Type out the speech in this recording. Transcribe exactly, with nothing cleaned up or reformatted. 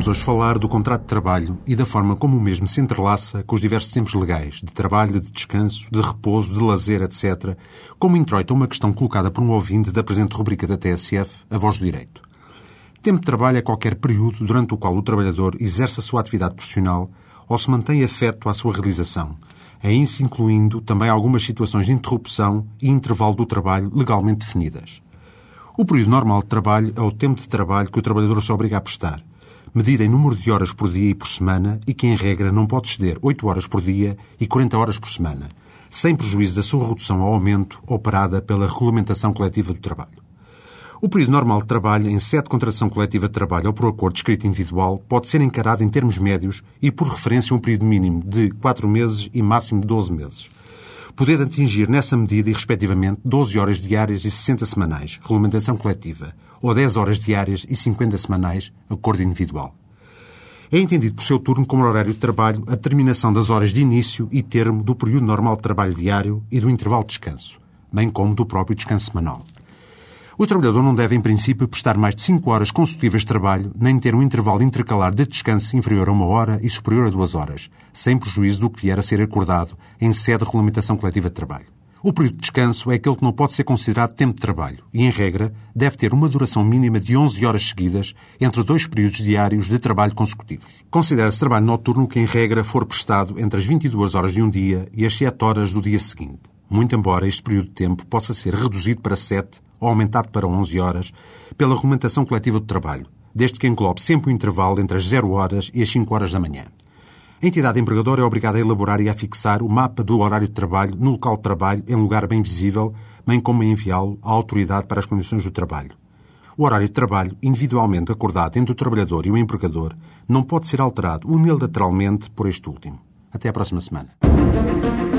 Vamos hoje falar do contrato de trabalho e da forma como o mesmo se entrelaça com os diversos tempos legais, de trabalho, de descanso, de repouso, de lazer, etcétera, como introita uma questão colocada por um ouvinte da presente rubrica da T S F, A Voz do Direito. Tempo de trabalho é qualquer período durante o qual o trabalhador exerce a sua atividade profissional ou se mantém afeto à sua realização, a isso incluindo também algumas situações de interrupção e intervalo do trabalho legalmente definidas. O período normal de trabalho é o tempo de trabalho que o trabalhador se obriga a prestar, medida em número de horas por dia e por semana e que, em regra, não pode exceder oito horas por dia e quarenta horas por semana, sem prejuízo da sua redução ao aumento operada pela regulamentação coletiva do trabalho. O período normal de trabalho, em sede de contratação coletiva de trabalho ou por acordo escrito individual, pode ser encarado em termos médios e, por referência, um período mínimo de quatro meses e máximo de doze meses, podendo atingir nessa medida e, respectivamente, doze horas diárias e sessenta semanais, regulamentação coletiva, ou dez horas diárias e cinquenta semanais, acordo individual. É entendido por seu turno como horário de trabalho a determinação das horas de início e termo do período normal de trabalho diário e do intervalo de descanso, bem como do próprio descanso semanal. O trabalhador não deve, em princípio, prestar mais de cinco horas consecutivas de trabalho, nem ter um intervalo intercalar de descanso inferior a uma hora e superior a duas horas, sem prejuízo do que vier a ser acordado em sede de regulamentação coletiva de trabalho. O período de descanso é aquele que não pode ser considerado tempo de trabalho e, em regra, deve ter uma duração mínima de onze horas seguidas entre dois períodos diários de trabalho consecutivos. Considera-se trabalho noturno que, em regra, for prestado entre as vinte e duas horas de um dia e as sete horas do dia seguinte, muito embora este período de tempo possa ser reduzido para sete ou aumentado para onze horas pela regulamentação coletiva do trabalho, desde que englobe sempre o intervalo entre as zero horas e as cinco horas da manhã. A entidade empregadora é obrigada a elaborar e a fixar o mapa do horário de trabalho no local de trabalho em lugar bem visível, bem como a enviá-lo à autoridade para as condições do trabalho. O horário de trabalho, individualmente acordado entre o trabalhador e o empregador, não pode ser alterado unilateralmente por este último. Até à próxima semana.